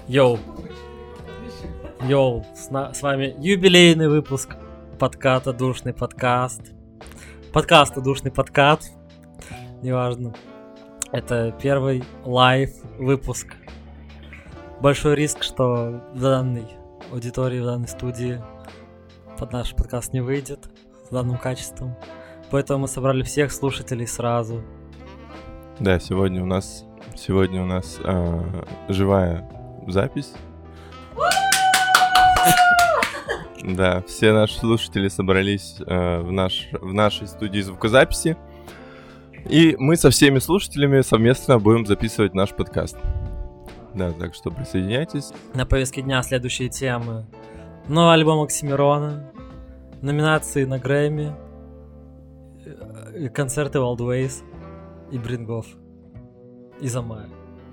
Йоу, с вами юбилейный выпуск подката «Душный подкаст». Подкаста «Душный подкат», неважно. Это первый лайв-выпуск. Большой риск, что в данной аудитории, в данной студии под наш подкаст не выйдет с данным качеством. Поэтому мы собрали всех слушателей сразу. Да, сегодня у нас живая запись. Да, все наши слушатели собрались в нашей студии звукозаписи. И мы со всеми слушателями совместно будем записывать наш подкаст. Да, так что присоединяйтесь. На повестке дня следующие темы. Новый альбом Оксимирона, номинации на Грэмми, концерты Wildways и Брингов из Амая.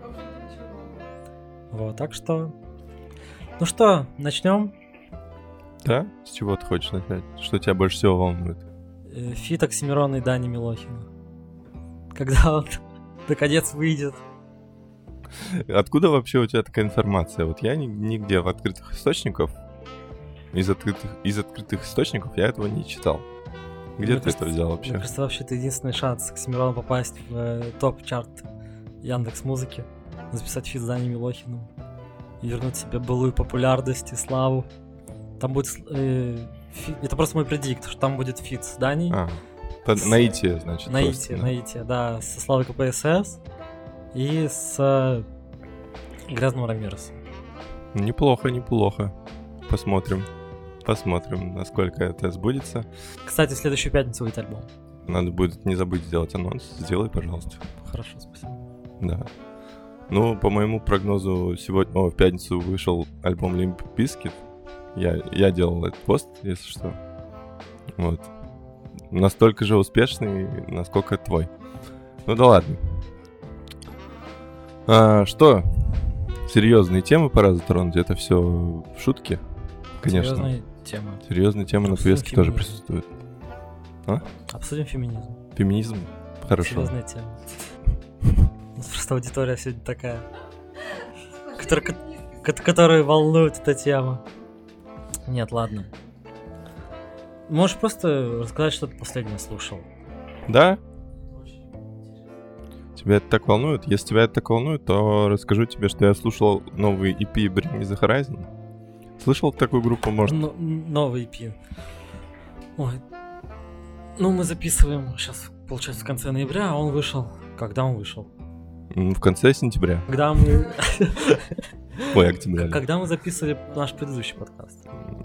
Вот, так что... Ну что, начнем? Да? С чего ты хочешь начать? Что тебя больше всего волнует? Фит Оксимирона и Дани Милохина. Когда он наконец выйдет. Откуда вообще у тебя такая информация? Вот я нигде в открытых источниках, из открытых источников я этого не читал. Где ты это взял вообще? Мне кажется, вообще это единственный шанс Оксимирона попасть в топ-чарт Яндекс.Музыки, записать фит с Даней Милохиным и вернуть себе былую популярность и славу. Там будет... это просто мой предикт, что там будет фит с Даней. Наитие, значит. Наитие, да, со Славой КПСС и с Грязным Рамиресом. Неплохо. Посмотрим, насколько это сбудется. Кстати, в следующую пятницу выйдет альбом. Надо будет не забыть сделать анонс. Сделай, пожалуйста. Хорошо, спасибо. Да. Ну, по моему прогнозу, в пятницу вышел альбом Limp Bizkit. Я делал этот пост, если что. Вот. Настолько же успешный, насколько твой. Ну да ладно. Что? Серьезные темы пора затронуть. Это все шутки. Конечно. Серьезные темы на повестке тоже присутствуют. Обсудим феминизм. Феминизм? Хорошо. Серьезная тема. У нас просто аудитория сегодня такая, которую волнует эта тема. Нет, ладно. Можешь просто рассказать, что ты последнее слушал? Да? Тебя это так волнует? Если тебя это так волнует, то расскажу тебе, что я слушал новый EP Bring Me The Horizon. Слышал такую группу, может? Новый EP. Ой. Ну, мы записываем сейчас, получается, в конце ноября, а он вышел... Когда он вышел? В конце сентября. Когда мы... Ой, октября. Когда мы записывали наш предыдущий подкаст?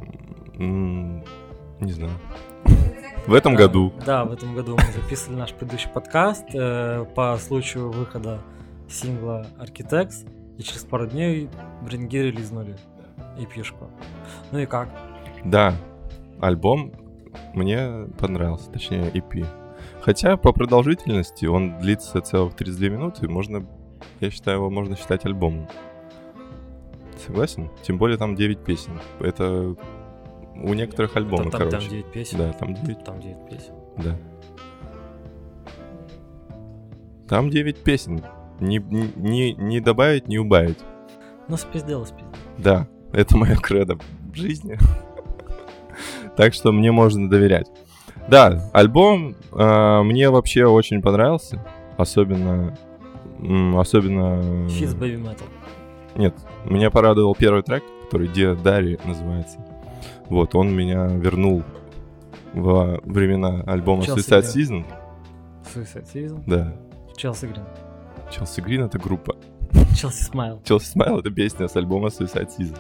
Не знаю. В этом году. Да, в этом году мы записывали наш предыдущий подкаст по случаю выхода сингла Architects, и через пару дней Бринги релизнули EP-шку. Ну и как? Да, альбом мне понравился, точнее EP. Хотя по продолжительности он длится целых 32 минуты, я считаю, его можно считать альбомом. Согласен? Тем более там 9 песен. Это у некоторых альбомов, короче. Там 9 песен? Да, там 9. Там 9 песен? Да. Там 9 песен. Не добавить, не убавить. Ну, спиздел. Да, это моя кредо в жизни. Так что мне можно доверять. Да, альбом мне вообще очень понравился. Особенно... Фит с Baby Metal. Нет, меня порадовал первый трек, который Dear Diary называется. Вот, он меня вернул во времена альбома Suicide Season. Suicide Season? Да. Chelsea Green. Chelsea Green — это группа. Chelsea Smile. Chelsea Smile — это песня с альбома Suicide Season.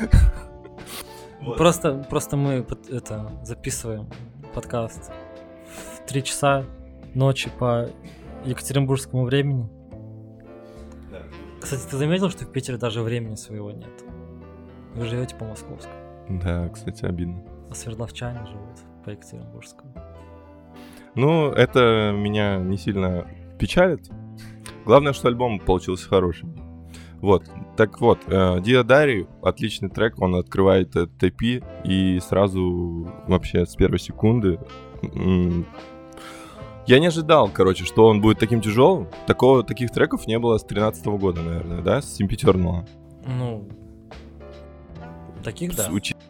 Просто мы записываем подкаст в 3 часа ночи по екатеринбургскому времени. Кстати, ты заметил, что в Питере даже времени своего нет? Вы живете по московскому. Да, кстати, обидно. А свердловчане живут по екатеринбургскому. Ну, это меня не сильно печалит. Главное, что альбом получился хороший. Вот, так вот, Dear Diary — отличный трек, он открывает этот EP, и сразу вообще с первой секунды Я не ожидал, короче, что он будет таким тяжелым. Таких треков не было с 13-го года, наверное, да, с Sempiternal. Ну, таких, да.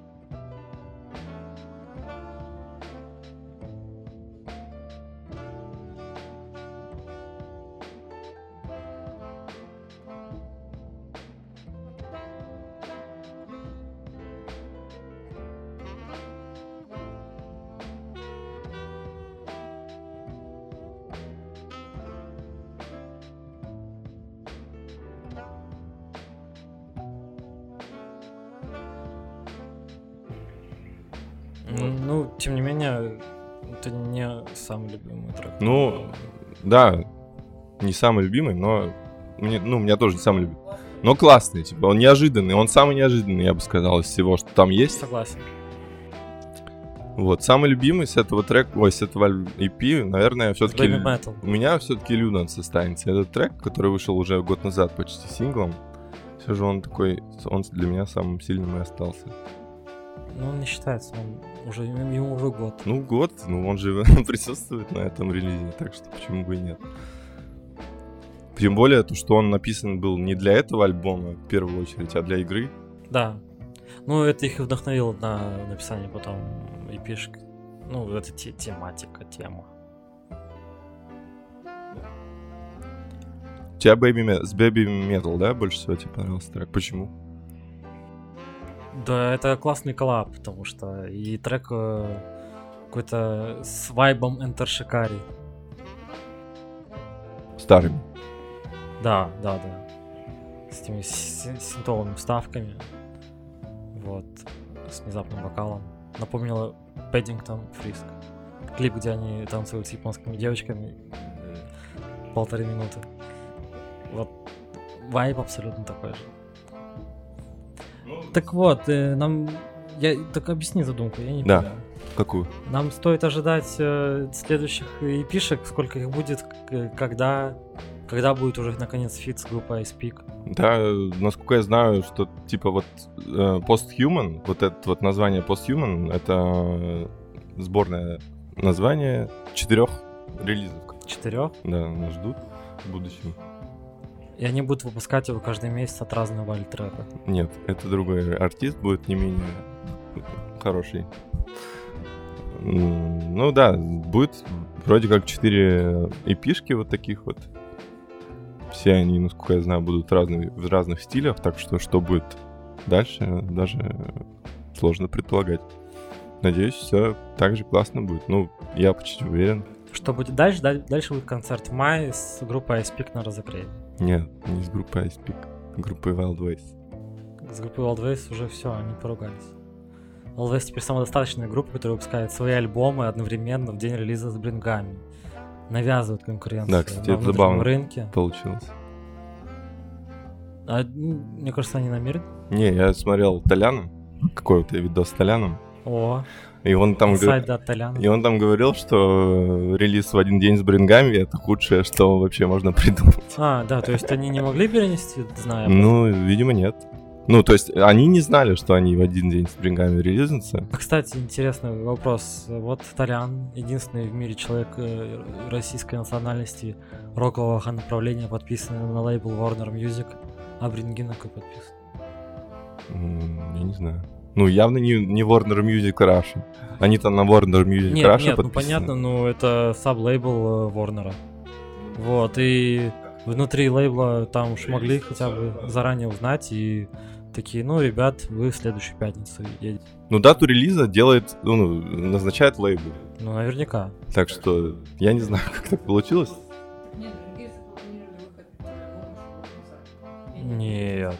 Ну, тем не менее, это не самый любимый трек. Ну, да, не самый любимый, но меня тоже не самый любимый. Но классный, типа, он неожиданный, он самый неожиданный, я бы сказал, из всего, что там есть. Согласен. Вот, самый любимый с этого трека, с этого EP, наверное, все-таки... У меня все-таки Lunatic останется. Этот трек, который вышел уже год назад почти синглом, все же он такой, он для меня самым сильным и остался. Ну, он не считается, ему уже год. Ну, год, он же присутствует на этом релизе, так что почему бы и нет. Тем более, то, что он написан был не для этого альбома, в первую очередь, а для игры. Да. Ну, это их и вдохновило на написание потом EP-шек. Ну, это тема. У тебя с Baby Metal, да, больше всего тебе понравился трек? Почему? Да, это классный коллаб, потому что и трек какой-то с вайбом Enter Shikari. Старыми. Да. С этими синтовыми вставками. Вот. С внезапным вокалом. Напомнило Paddington Frisk. Клип, где они танцуют с японскими девочками 1,5 минуты. Вот. Вайб абсолютно такой же. Так вот, я только объясни задумку, я не понимаю. Да, какую? Нам стоит ожидать следующих эпишек, сколько их будет, когда будет уже наконец фит с группой Ice Peak. Да, насколько я знаю, что типа вот Posthuman, вот это вот название Posthuman, это сборное название 4 релизов. 4? Да, нас ждут в будущем. И они будут выпускать его каждый месяц от разного альтрека. Нет, это другой артист будет не менее хороший. Ну да, будет вроде как 4 эпишки вот таких вот. Все они, насколько я знаю, будут в разных стилях, так что будет дальше, даже сложно предполагать. Надеюсь, все так же классно будет. Ну, я почти уверен. Что будет дальше? Дальше будет концерт в мае с группой Ice Peak на разогреве. Нет, не с группой Ice Peak, с группой Wild Ways. С группой Wild Ways уже все, они поругались. Wild Ways теперь самодостаточная группа, которая выпускает свои альбомы одновременно в день релиза с брингами. Навязывают конкуренцию. Да, кстати, это забавно рынке. Получилось. Мне кажется, они намерены. Не, я смотрел Толяна, какой-то видос с Толяном. О, и он там говорил, что релиз в один день с брингами — это худшее, что вообще можно придумать. Да, то есть они не могли перенести, зная? Ну, видимо, нет. Ну, то есть они не знали, что они в один день с брингами релизнутся. Кстати, интересный вопрос. Вот Толян, единственный в мире человек российской национальности рокового направления, подписанный на лейбл Warner Music, а бринги на какой подписан? Я не знаю. Ну, явно не Warner Music Russia. Они-то на Warner Music Russia подписаны. Ну понятно, но это саб-лейбл Warner. Вот, и внутри лейбла там уж могли хотя бы заранее узнать и такие, ребят, вы в следующую пятницу едете. Ну, дату релиза назначает лейбл. Ну, наверняка. Так что я не знаю, как так получилось. Нет.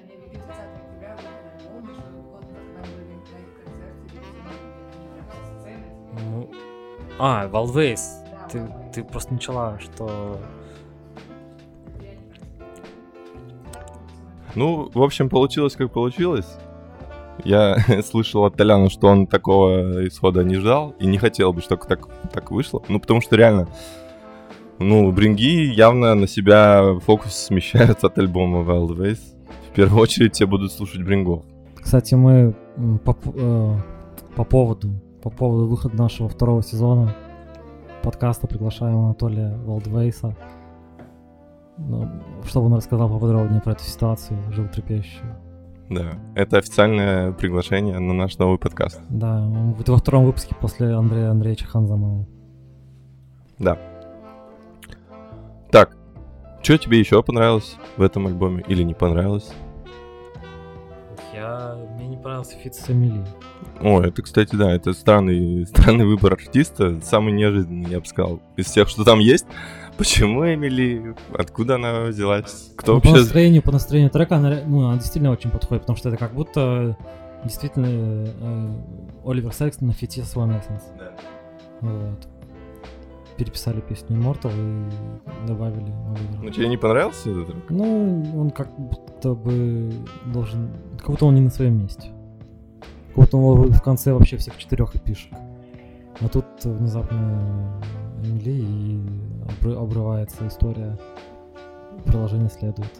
Wild Ways. Ты просто начала, что... Ну, в общем, получилось, как получилось. Я слышал от Толяна, что он такого исхода не ждал и не хотел бы, чтобы так вышло. Ну, потому что реально, бринги явно на себя фокус смещают от альбома Wild Ways. В первую очередь все будут слушать брингов. Кстати, мы по поводу выхода нашего 2-го сезона подкаста приглашаем Анатолия Wildways чтобы он рассказал поподробнее про эту ситуацию животрепещущую. Да, это официальное приглашение на наш новый подкаст. Да, он будет во втором выпуске после Андрея Андреевича Ханзамова. Да. Так, что тебе еще понравилось в этом альбоме или не понравилось? Мне не понравился фит с Эмили. О, это, кстати, да, это странный выбор артиста, самый неожиданный, я бы сказал, из всех, что там есть. Почему Эмили? Откуда она взялась? Кто вообще... По настроению трека она действительно очень подходит, потому что это как будто действительно Оливер Сэлкстон на фите с One Essence. Да. Вот. Переписали песню Immortal и добавили Оливера. Ну, тебе не понравился этот трек? Ну, он как будто бы должен... Как будто он не на своем месте. Как будто он в конце вообще всех 4 эпишек. А тут внезапно Эмили и обрывается история. Продолжение следует.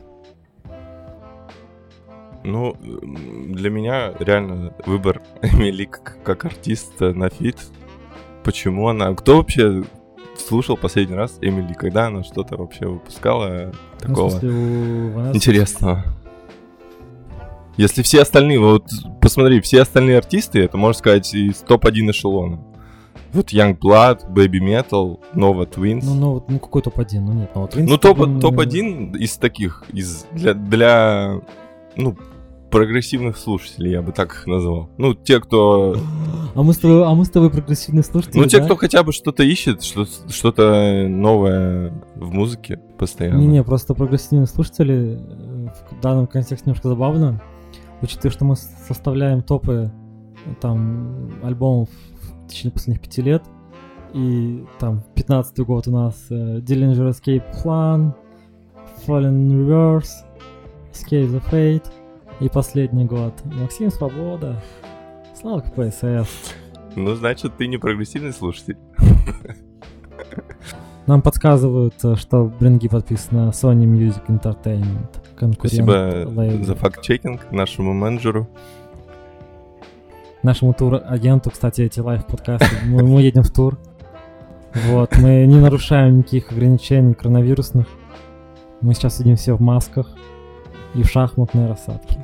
Ну, для меня реально выбор Эмили как артиста на фит. Почему она... Кто вообще слушал последний раз Эмили? Когда она что-то вообще выпускала такого интересного? Если все остальные... Вот посмотри, все остальные артисты, это, можно сказать, из топ-1 эшелона. Вот Youngblood, Baby Metal, Nova Twins. Ну какой топ-1? Ну нет, Nova Twins. Ну топ-1 из таких, для прогрессивных слушателей, я бы так их назвал. Ну, те, кто... А мы с тобой прогрессивные слушатели, Ну, те, кто хотя бы что-то ищет, что-то новое в музыке постоянно. Не, просто прогрессивные слушатели в данном контексте немножко забавно. Учитывая, что мы составляем топы там альбомов в течение последних 5 лет, и там 15-й год у нас Dillinger Escape Plan, Fallen in Reverse, Escape the Fate, и последний год Максим Свобода, Слава КПСС. Ну, значит, ты не прогрессивный слушатель. Нам подсказывают, что бринги подписаны на Sony Music Entertainment. Спасибо за факт-чекинг нашему менеджеру. Нашему тур-агенту, кстати, эти лайв-подкасты. Мы едем в тур. Вот, мы не нарушаем никаких ограничений коронавирусных. Мы сейчас сидим все в масках и в шахматной рассадке.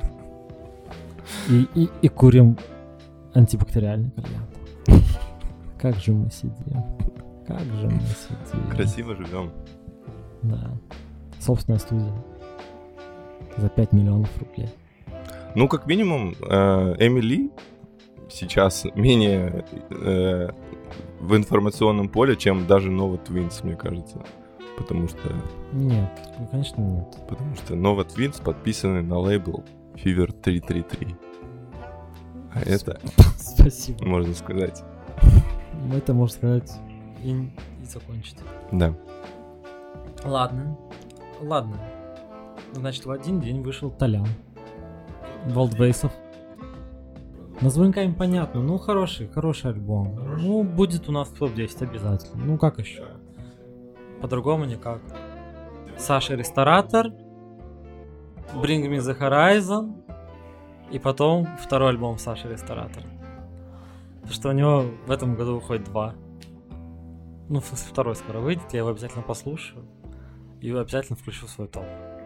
И курим антибактериальный кальян. Как же мы сидим. Красиво живем. Да. Собственная студия. За 5 миллионов рублей. Ну, как минимум, Эмили сейчас менее в информационном поле, чем даже Nova Twins, мне кажется. Потому что... Нет, конечно нет. Потому что Nova Twins подписаны на лейбл Fever 333. А это... Спасибо. Можно сказать. Это можно сказать и закончить. Да. Ладно. Значит, в один день вышел Толян. Волдбейсов. Названка им понятно. Ну, хороший альбом. Ну, будет у нас в топ-10 обязательно. Ну, как еще? По-другому никак. Саша Ресторатор, Bring Me The Horizon, и потом второй альбом Саши Ресторатор. Потому что у него в этом году выходит 2. Ну, второй скоро выйдет, я его обязательно послушаю. И обязательно включу в свой топ.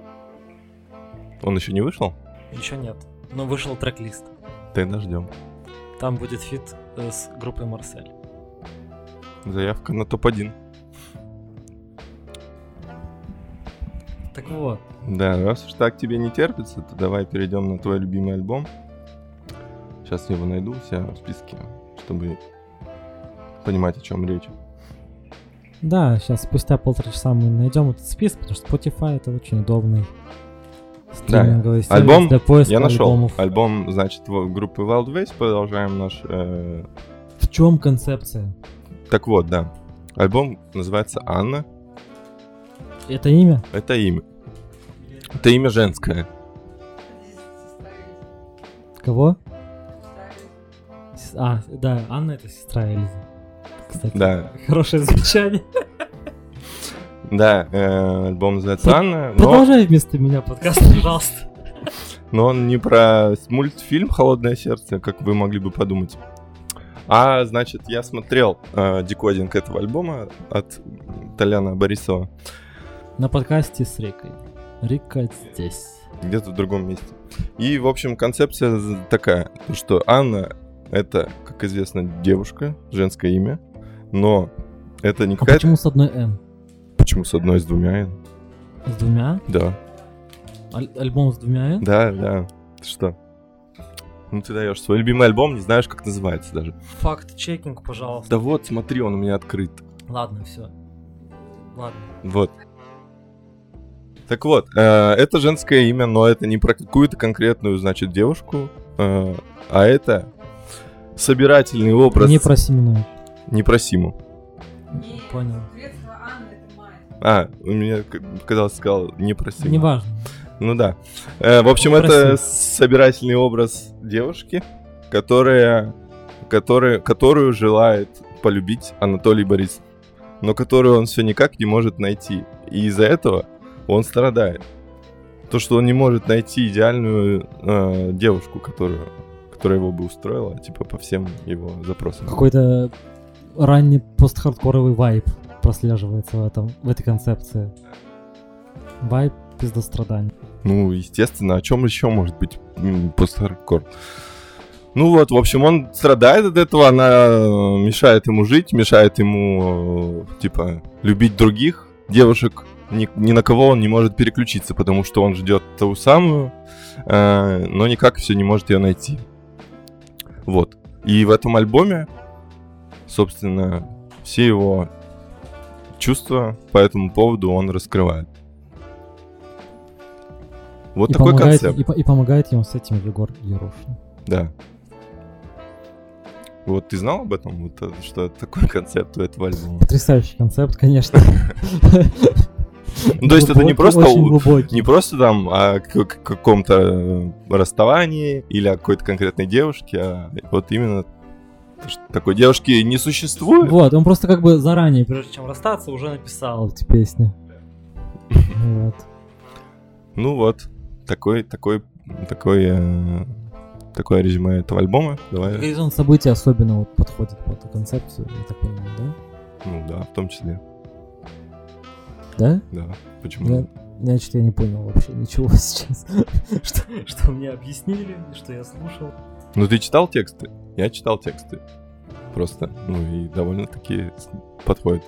Он еще не вышел? Еще нет. Но вышел трек-лист. Тогда ждем. Там будет фит с группой Марсель. Заявка на топ-1. Так вот. Да, раз уж так тебе не терпится, то давай перейдем на твой любимый альбом. Сейчас я его найду у себя в списке, чтобы понимать, о чем речь. Да, сейчас спустя 1,5 часа мы найдем этот список, потому что Spotify это очень удобный стриминговый сервис альбом для поиска я нашел. Альбомов. Альбом, значит, группы Wildways. Продолжаем наш... В чем концепция? Так вот, да. Альбом называется «Анна». Это имя? Это имя. Это имя женское. Кого? Да, Анна это сестра Эльзы. Кстати, да. Хорошее замечание. Да, альбом называется «Анна». Продолжай вместо меня подкаст, пожалуйста. Но он не про мультфильм «Холодное сердце», как вы могли бы подумать. А, значит, я смотрел декодинг этого альбома от Толяна Борисова. На подкасте с Рикой. Рика здесь. Где-то в другом месте. И, в общем, концепция такая, что Анна — это, как известно, девушка, женское имя, но это не какая-то... почему с одной «Н»? Почему с одной, с двумя «Н»? С двумя? Да. Альбом с двумя «Н»? Да. Ты что? Ну ты даешь свой любимый альбом, не знаешь, как называется даже. Факт-чекинг, пожалуйста. Да вот, смотри, он у меня открыт. Ладно, все. Ладно. Вот. Так вот, это женское имя, но это не про какую-то конкретную, значит, девушку, а это собирательный образ. Не про Семенович. Не про Симу. Понял. У меня казалось, сказал не про Симу. Неважно. Ну да. В общем, это собирательный образ девушки, которую желает полюбить Анатолий Борисов, но которую он все никак не может найти. И из-за этого он страдает. То, что он не может найти идеальную девушку, которая его бы устроила, типа, по всем его запросам. Какой-то ранний постхардкоровый вайб прослеживается в этой концепции. Вайб пиздострадания. Ну, естественно, о чем еще может быть постхардкор? Ну вот, в общем, он страдает от этого, она мешает ему жить, мешает ему, типа, любить других девушек. Ни на кого он не может переключиться, потому что он ждет ту самую, но никак все не может ее найти. Вот. И в этом альбоме, собственно, все его чувства по этому поводу он раскрывает. Вот такой концепт. И помогает ему с этим Егор Ерошин. Да. Вот ты знал об этом, вот, что это такой концепт у этого альбома? Потрясающий концепт, конечно. Ну, то есть это не просто там о каком-то расставании или о какой-то конкретной девушке, а вот именно такой девушки не существует. Вот, он просто как бы заранее, прежде чем расстаться, уже написал эти песни. Вот. Ну вот, такое резюме этого альбома. Давай. Горизонт событий особенно вот подходит под эту концепцию, я так понимаю, да? Ну да, в том числе. Да? Да, почему? Значит, я не понял вообще ничего сейчас. Что мне объяснили, что я слушал. Ну ты читал тексты? Я читал тексты. Просто, ну и довольно-таки подходит.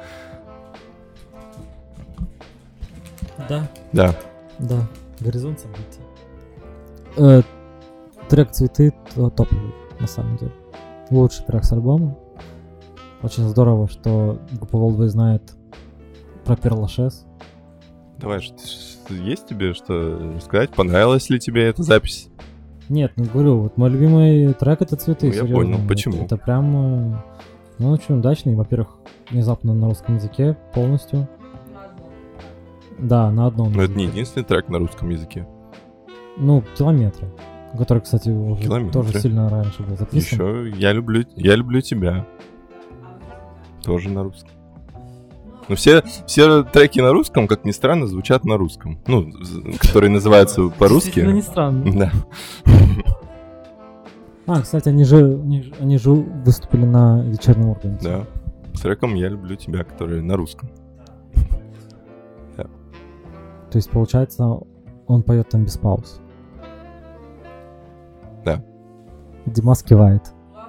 Да? Да. Да, горизонт событий. Трек «Цветы» топовый, на самом деле. Лучший трек с альбома. Очень здорово, что группа Волдвей знает про Перлашес. Давай, есть тебе что рассказать? Понравилась ли тебе эта запись? Нет, ну говорю, вот мой любимый трек — это «Цветы». Ну, я понял, почему? Это прям, ну, очень удачный. Во-первых, внезапно на русском языке полностью. Да, на одном. Но это не единственный трек на русском языке. Ну, «Километры», который, кстати, уже тоже сильно раньше был записан. Еще «Я люблю тебя». Тоже на русском. Ну, все треки на русском, как ни странно, звучат на русском. Ну, которые называются по-русски. Действительно не странно. Да. Кстати, они же выступили на вечернем Урганте. Да. С треком «Я люблю тебя», который на русском. Да. То есть, получается, он поет там без пауз. Да. Димас кивает.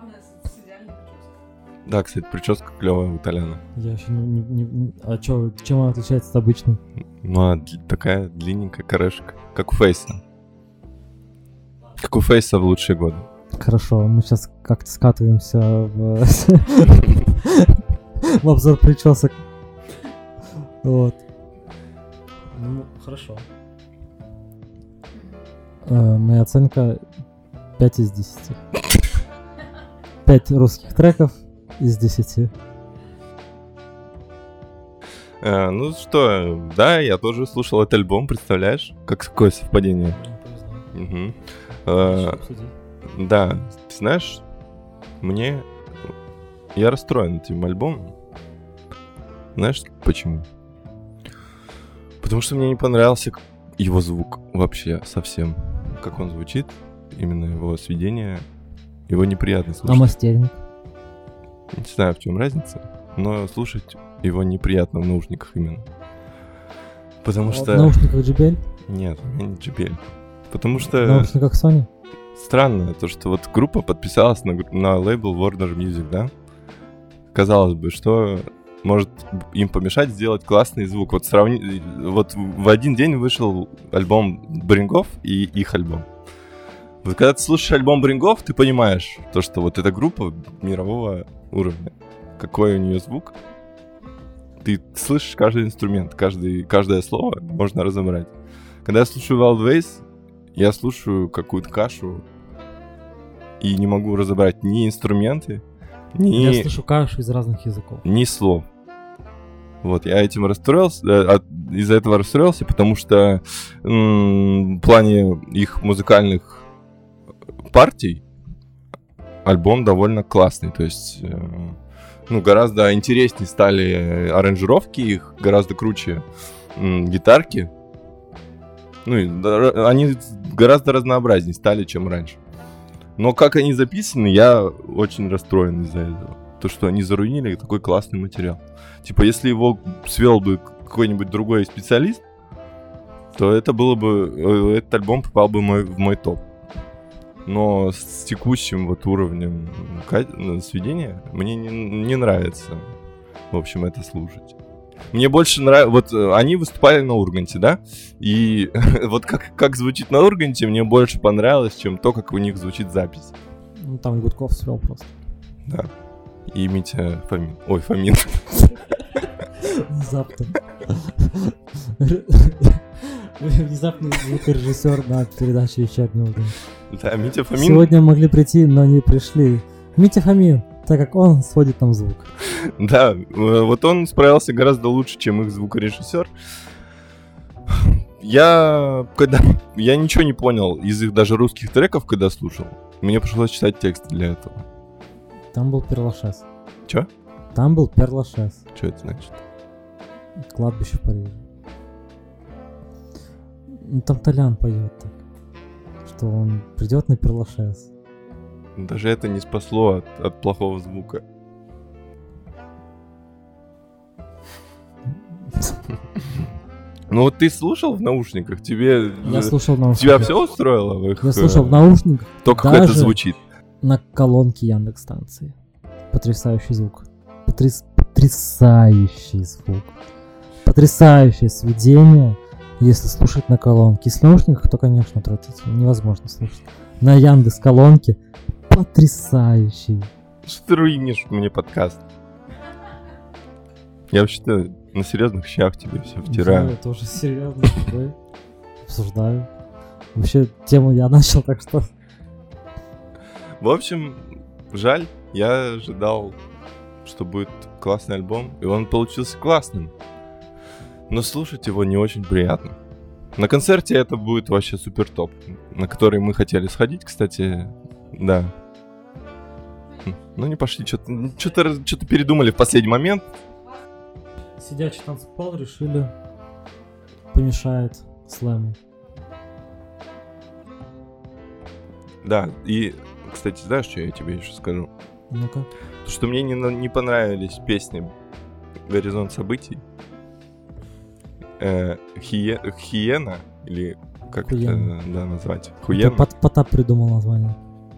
Да, кстати, прическа клевая у Толяна. Я еще не... А чё, чем она отличается от обычной? Ну, такая длинненькая корешка, как у Фейса. Как у Фейса в лучшие годы. Хорошо, мы сейчас как-то скатываемся в обзор причесок. Вот. Ну, хорошо. Моя оценка 5 из 10. 5 русских треков из 10. Ну что, да, я тоже слушал этот альбом, представляешь? Какое совпадение. Да, ты знаешь, я расстроен этим альбомом. Знаешь, почему? Потому что мне не понравился его звук вообще совсем. Как он звучит, именно его сведение, его неприятно слушать. А мастеринг? Не знаю, в чем разница, но слушать его неприятно в наушниках именно. Потому В что... наушниках JBL? Нет, у меня не JBL. Потому В что наушниках Sony? странно, то, что вот группа подписалась на лейбл Warner Music, да? Казалось бы, что может им помешать сделать классный звук. Вот вот в один день вышел альбом Брингов и их альбом. Вот когда ты слушаешь альбом Брингов, ты понимаешь то, что вот эта группа мирового уровня. Какой у нее звук. Ты слышишь каждый инструмент, каждое слово можно разобрать. Когда я слушаю Wild Ways, я слушаю какую-то кашу и не могу разобрать ни инструменты, Я слышу кашу из разных языков. ни слов. Вот, я этим расстроился, из-за этого расстроился, потому что в плане их музыкальных партий альбом довольно классный, то есть, гораздо интереснее стали аранжировки их, гораздо круче гитарки, они гораздо разнообразнее стали, чем раньше. Но как они записаны, я очень расстроен из-за этого. То, что они заруинили такой классный материал. Типа, если его свел бы какой-нибудь другой специалист, то это было бы... Этот альбом попал бы в мой топ. Но с текущим вот уровнем сведения мне не нравится, в общем, это слушать. Мне больше нравится... Вот они выступали на Урганте, да? И вот как звучит на Урганте, мне больше понравилось, чем то, как у них звучит запись. Там Гудков свел просто. Да. И Митя Фомин. Ой, Фомин. Внезапно. Внезапный звукорежиссер на передаче «Вечерний Ургант». Да, Митя Фомин. Сегодня могли прийти, но не пришли. Митя Фомин, так как он сводит нам звук. Да, вот он справился гораздо лучше, чем их звукорежиссер. Я ничего не понял из их даже русских треков, когда слушал. Мне пришлось читать текст для этого. Там был Перлашес. Чё? Там был Перлашес. Что это значит? Кладбище в Париже. Там Толян поет так, что он придет на Перлашес. Даже это не спасло от плохого звука. Ну вот ты слушал в наушниках? Я слушал в наушниках. Тебя все устроило в их... Я слушал в наушниках. То, как это звучит. На колонке Яндекс.Станции. Потрясающий звук. Потрясающий звук. Потрясающее сведение. Если слушать на колонке. Если в наушниках, то, конечно, отвратительно. Невозможно слушать. На Яндекс.Колонке потрясающий. Что ты руинишь мне подкаст? Я вообще-то на серьезных щах тебе все втираю. Да, я тоже серьезно обсуждаю. Вообще, тему я начал, так что... В общем, жаль. Я ожидал, что будет классный альбом, и он получился классным. Но слушать его не очень приятно. На концерте это будет вообще супер топ, на который мы хотели сходить, кстати, да. Ну не пошли, что-то передумали в последний момент. Сидячий танцпол решили помешает слэму. Да, и, кстати, знаешь, что я тебе еще скажу? Ну-ка. То, что мне не понравились песни «Горизонт событий», «Хиена», или как Хуена. это назвать? «Хуена». Это Потап придумал название.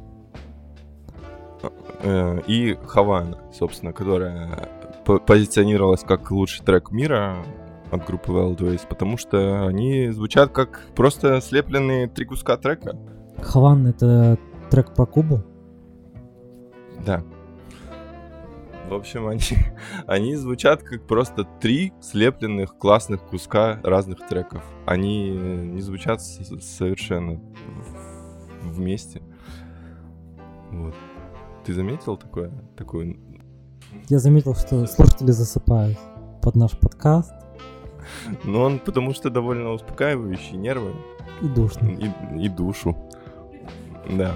И «Хавана», собственно, которая позиционировалась как лучший трек мира от группы Wild Ways, потому что они звучат как просто слепленные 3 куска трека. Хаван — это трек про Кубу? Да. В общем, они звучат как просто 3 слепленных классных куска разных треков. Они не звучат совершенно вместе. Вот. Ты заметил такое? Я заметил, что слушатели засыпают под наш подкаст. Ну, он потому что довольно успокаивающий нервы. И душный. И душу. Да.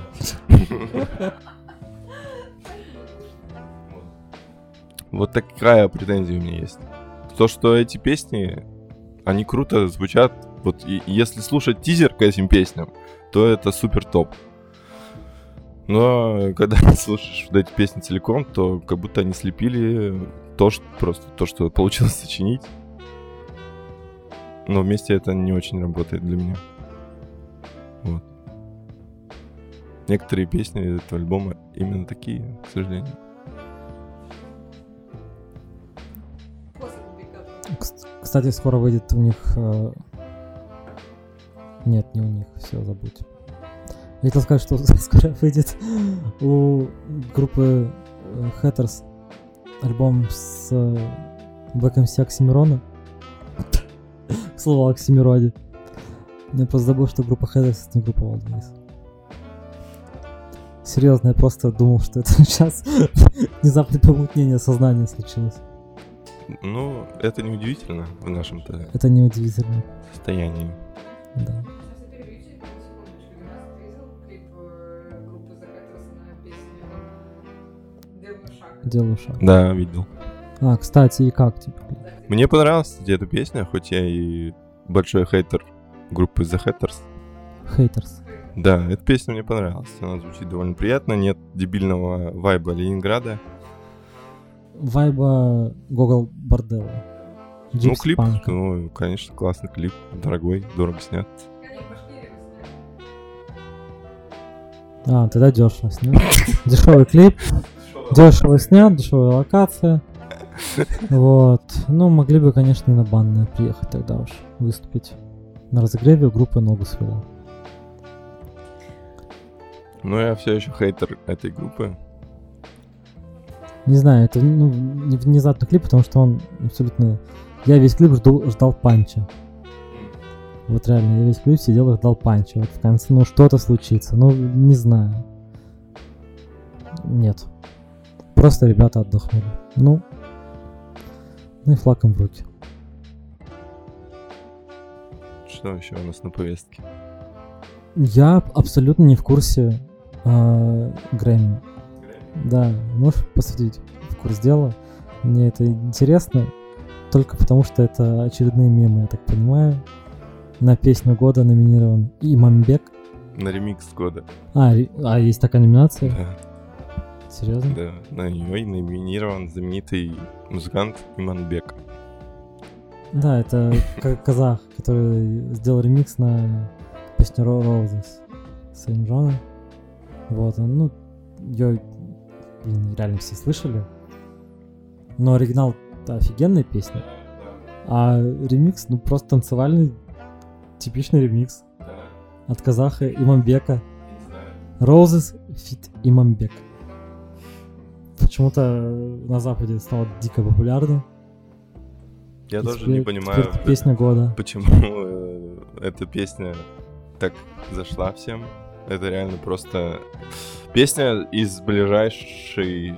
Вот такая претензия у меня есть. То, что эти песни, они круто звучат. Вот если слушать тизер к этим песням, то это супер топ. Но когда слушаешь вот эти песни целиком, то как будто они слепили то, что получилось сочинить. но вместе это не очень работает для меня. Вот. Некоторые песни этого альбома именно такие, к сожалению. Кстати, скоро выйдет у них... Нет, не у них, все, забудь. Я хотел сказать, что скоро выйдет у группы Hatters альбом с Black MC Оксимирона. К слову, о Оксимироне. Я просто забыл, что группа Hatters — это не группа Old Ways. Серьезно, я просто думал, что это сейчас внезапное помутнение сознания случилось. Ну, это неудивительно в нашем-то Это неудивительно. состоянии. Да. Делаю шаг. Да, видел. Кстати, и как тебе? Мне понравилась, кстати, эта песня, хоть я и большой хейтер группы The Hatters. Haters. Да, эта песня мне понравилась. Она звучит довольно приятно, нет дебильного вайба Ленинграда. Вайба Гогол Борделла. Ну, клип, ну, конечно, классный клип, дорогой, дорого снят. Тогда дешево снят. Дешевый клип, дешево снят, дешевая локация. Вот. Ну, могли бы, конечно, и на банное приехать тогда уж выступить. На разогреве группа ногу свела. Но я все еще хейтер этой группы. Не знаю, это не внезапный клип, потому что он абсолютно... Я весь клип ждал панча. Вот реально, я весь клип сидел и ждал панча. Вот в конце, что-то случится. Не знаю. Нет. Просто ребята отдохнули. И флаг им в руки. Что еще у нас на повестке? Я абсолютно не в курсе Грэмми. Да, можешь посвятить в курс дела. Мне это интересно только потому, что это очередные мемы, я так понимаю. На песню года номинирован Имамбек. На ремикс года. Есть такая номинация? Да. Серьезно? Да, на нее номинирован знаменитый музыкант Иманбек. Да, это казах, который сделал ремикс на песню Roses Сейн Джона. Вот, ее реально все слышали. Но оригинал — офигенная песня. А ремикс, просто танцевальный, типичный ремикс. От казаха Имамбека. Roses feat. Имамбек. Почему-то на Западе стало дико популярно. Я тоже не понимаю, песня года. Почему эта песня так зашла всем. Это реально просто песня из ближайшей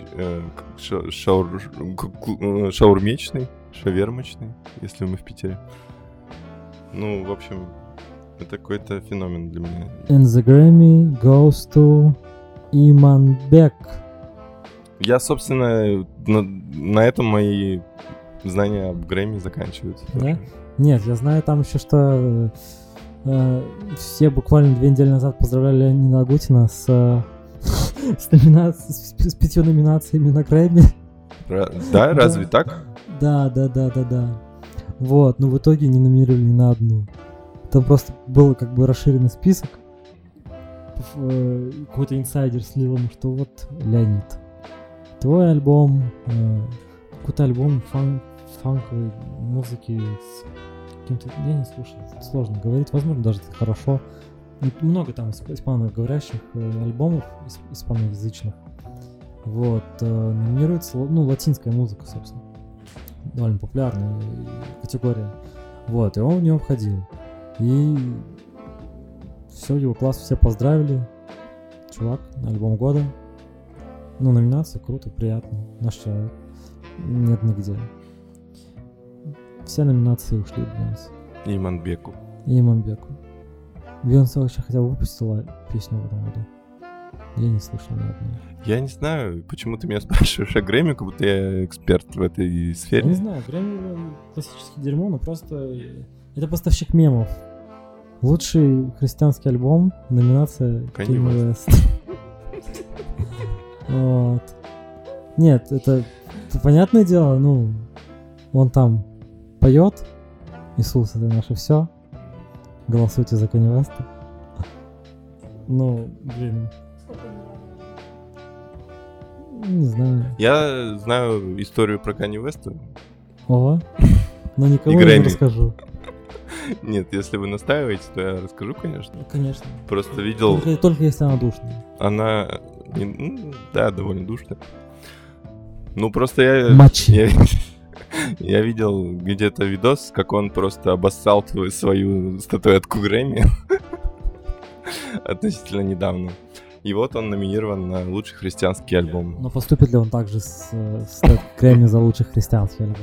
шаурмечной, шавермочной, если мы в Питере. В общем, это какой-то феномен для меня. And the Grammy goes to Иманбек. Я, собственно, на этом мои знания об Грэмми заканчиваются. Да? Нет, я знаю там еще, что все буквально 2 недели назад поздравляли Леонида Агутина с 5 номинациями на Грэмми. Да, разве так? Да. Вот, но в итоге не номинировали ни на одну. Там просто был расширенный список. Какой-то инсайдер слил ему, что вот, Леонид, твой альбом, какой-то альбом фанковой музыки с каким-то... Я не слушаю, сложно говорить, возможно, даже это хорошо. Много там испаноговорящих альбомов, испаноязычных. Вот, номинируется, латинская музыка, собственно. Довольно популярная категория. Вот, и он в него входил. И все, его класс все поздравили. Чувак, альбом года. Номинация, круто, приятно. Наш человек. Нет нигде. Все номинации ушли в Бейонсе. И Иманбеку. Бейонсе вообще хотя бы выпустила песню в этом году. Я не слышал ни одной. Я не знаю, почему ты меня спрашиваешь о Грэмми, как будто я эксперт в этой сфере. Я не знаю, Грэмми классический дерьмо, но просто это поставщик мемов. Лучший христианский альбом, номинация Kanye West. Вот. Нет, это понятное дело, он там поет, Иисус — это наше все. Голосуйте за Kanye West. Ну, блин. Не знаю. Я знаю историю про Kanye West. Ого. Но никому И не Грэмми. расскажу. Нет, если вы настаиваете, то я расскажу, конечно. Конечно. Просто видел, Только если она душная. она, да, довольно душная. Ну, просто я Мочи. я видел где-то видос, как он просто обоссал свою статуэтку Грэмми относительно недавно. И вот он номинирован на лучший христианский альбом. Но поступит ли он также с Грэмми за лучший христианский альбом?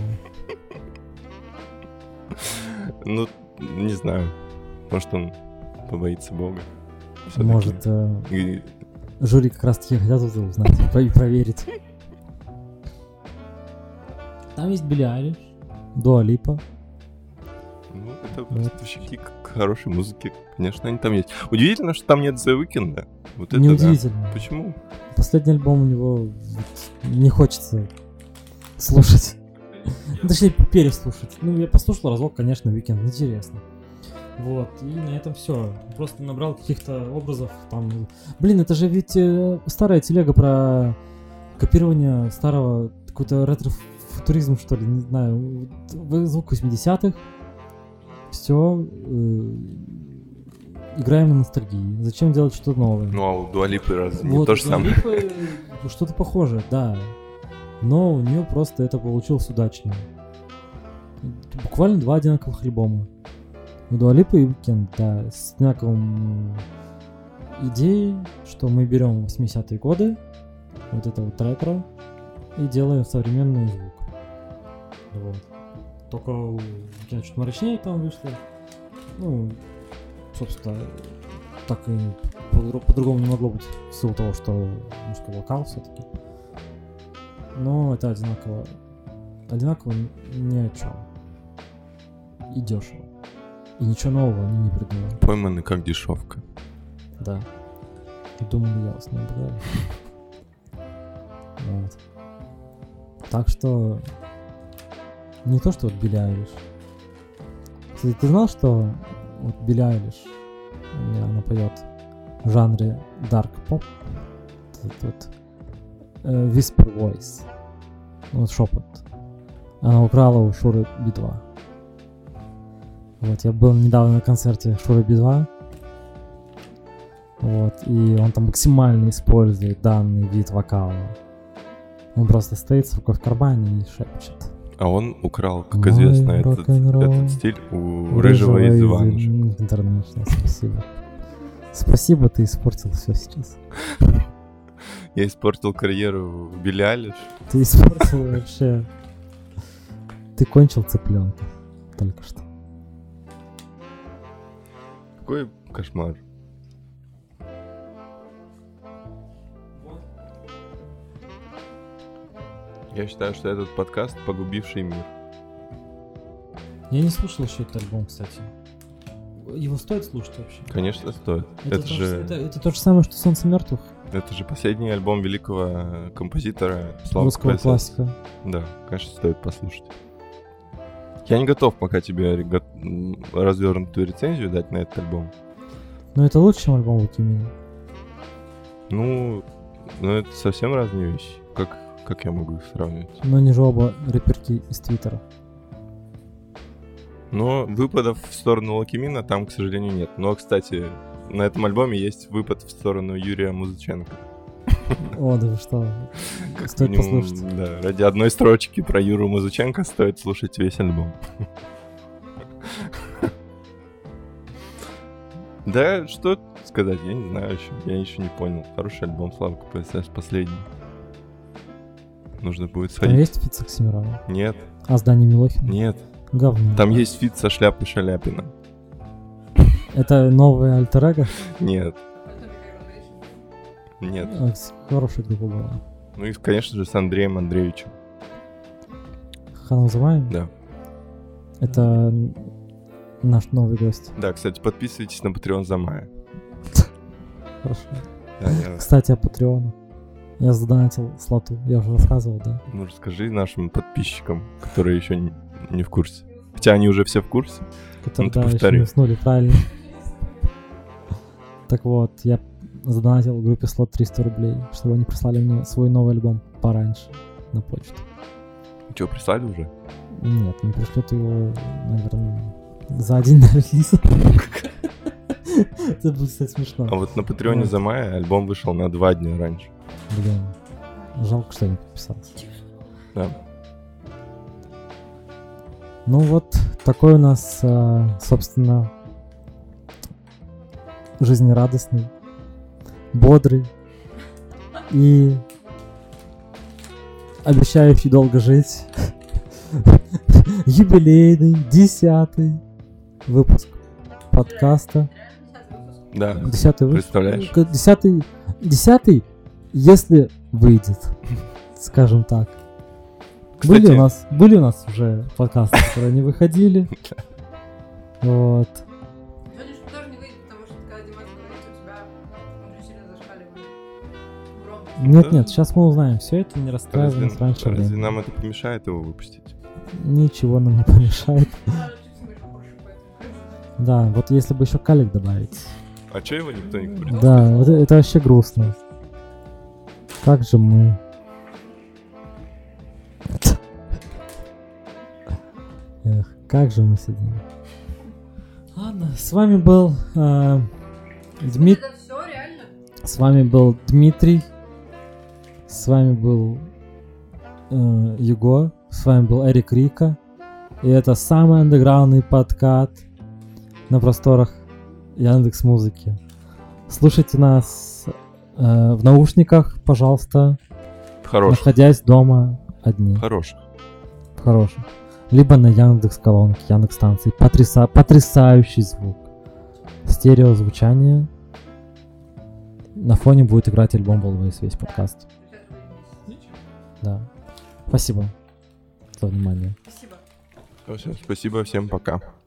Ну, не знаю. Может, он побоится Бога. Всё-таки. Может, И- жюри как раз таки хотят это узнать и проверить. Там есть Билли Айлиш, Дуа Липа. Ну, это поставщики к хорошей музыки. Конечно, они там есть. Удивительно, что там нет The Weeknd. Вот это Неудивительно. Да. Почему? Последний альбом у него вот не хочется слушать. Ну, точнее, переслушать. Ну, я послушал разок, конечно, Weeknd, интересно. Вот, и на этом все. Просто набрал каких-то образов там. Блин, это же ведь старая телега про копирование старого, какой-то ретро-футуризм, что ли, не знаю. Звук 80-х. Все. Играем на ностальгии. Зачем делать что-то новое? Ну, а у Дуа Липы разве не Вот, то же у Дуа самое? Липы что-то похожее, да. Но у нее просто это получилось удачно. Буквально 2 одинаковых альбома. У Дуа Липы и Weeknd, да, с одинаковым идеей, что мы берем 80-е годы, вот это вот ретро, и делаем современный звук. Вот. Только у Weeknd чуть мрачнее там вышло. Ну, собственно, так и по-другому не могло быть в силу того, что мужской вокал все-таки. Но это одинаково ни о чем. И дешево. И ничего нового они не придумали. Пойманы как дешевка. Да. И думали, я вас не обыграю. Вот. Так что не то, что вот Билли Айлиш. Кстати, ты знал, что вот Билли Айлиш, она поет в жанре Dark Pop? Тут Whisper Voice. Вот шепот. Она украла у Шуры Би-2. Вот, я был недавно на концерте Шуры Би-2. Вот, и он там максимально использует данный вид вокала. Он просто стоит с рукой в кармане и шепчет. А он украл, как Мой известно, рок-н-ролл. этот стиль у Рыжего из Иванушек. International, спасибо. Спасибо, ты испортил все сейчас. Я испортил карьеру Билли Айлиш. Ты испортил вообще. Ты кончил цыпленка только что. Какой кошмар. Я считаю, что этот подкаст погубивший мир. Я не слушал еще этот альбом, кстати. Его стоит слушать вообще? Конечно, стоит. Это то же самое, что «Солнце мертвых». Это же последний альбом великого композитора Слава Русского КПСС. классика. Да, конечно, стоит послушать. Я не готов пока тебе развернутую рецензию дать на этот альбом. Но это лучше, чем альбом Лукимина. Ну, это совсем разные вещи. Как я могу их сравнивать? Но они же оба рэперки из Твиттера. Но выпадов в сторону Лукимина там, к сожалению, нет. Но, кстати, на этом альбоме есть выпад в сторону Юрия Музыченко. О, да вы что? Стоит Минимум, послушать. Да, ради одной строчки про Юру Музыченко стоит слушать весь альбом. Да, что сказать, я не знаю еще. Я еще не понял. Хороший альбом Славы КПСС, последний. Нужно будет Там сходить. есть фит с Оксимироном? Нет, А с Даней Милохиным? нет. Говно. Там есть фит со Шляпой Шаляпина. Это новое альтер-эго? Нет. Нет. Хорошая группа была. Ну и, конечно же, с Андреем Андреевичем. Ханом Замаем? Да. Это наш новый гость. Да, кстати, подписывайтесь на Patreon Замая. Хорошо. Да, я... Кстати, о Патреоне. Я задонатил слоту. Я уже рассказывал, да? Ну, расскажи нашим подписчикам, которые еще не в курсе. Хотя они уже все в курсе. Которые, ты да, еще повтори. не уснули, правильно. Так вот, я задонатил в группе слот 300 рублей, чтобы они прислали мне свой новый альбом пораньше на почту. Что, прислали уже? Нет, не пришлют его, наверное, за день до релиза. Это будет, кстати, смешно. А вот на Патреоне Вот. за мая альбом вышел на 2 дня раньше. Блин, жалко, что я не подписался. Да. Ну вот, такой у нас, собственно, жизнерадостный, бодрый и обещающий долго жить юбилейный 10-й выпуск подкаста. Да. 10-й выпуск. Представляешь? 10-й, если выйдет, скажем так. Кстати, Были у нас уже подкасты, которые не выходили. Вот. Сегодняшний тоже не выйдет, потому что когда Димас говорит, у тебя очень сильно зашкаливает громкость. Нет, сейчас мы узнаем. Все это не расстраиваемся раньше разве времени. нам это помешает его выпустить? Ничего нам не помешает. Даже чуть смешно больше, поэтому. Да, вот если бы еще калик добавить. А чё его никто не курит? Да, вот это вообще грустно. Как же мы... Эх, как же мы сидим. Ладно, с вами был Дмитрий. Это все реально? С вами был Дмитрий. С вами был Егор. С вами был Эрик Рика. И это самый андеграундный подкаст на просторах Яндекс.Музыки. Слушайте нас в наушниках, пожалуйста, Хороших. находясь дома одни. Хороших. Хороших. Либо на Яндекс.Колонке, Яндекс.Станции. Потрясающий звук. Стереозвучание. На фоне будет играть альбом Always, весь подкаст. Да. Спасибо за внимание. Спасибо. Спасибо, всем пока.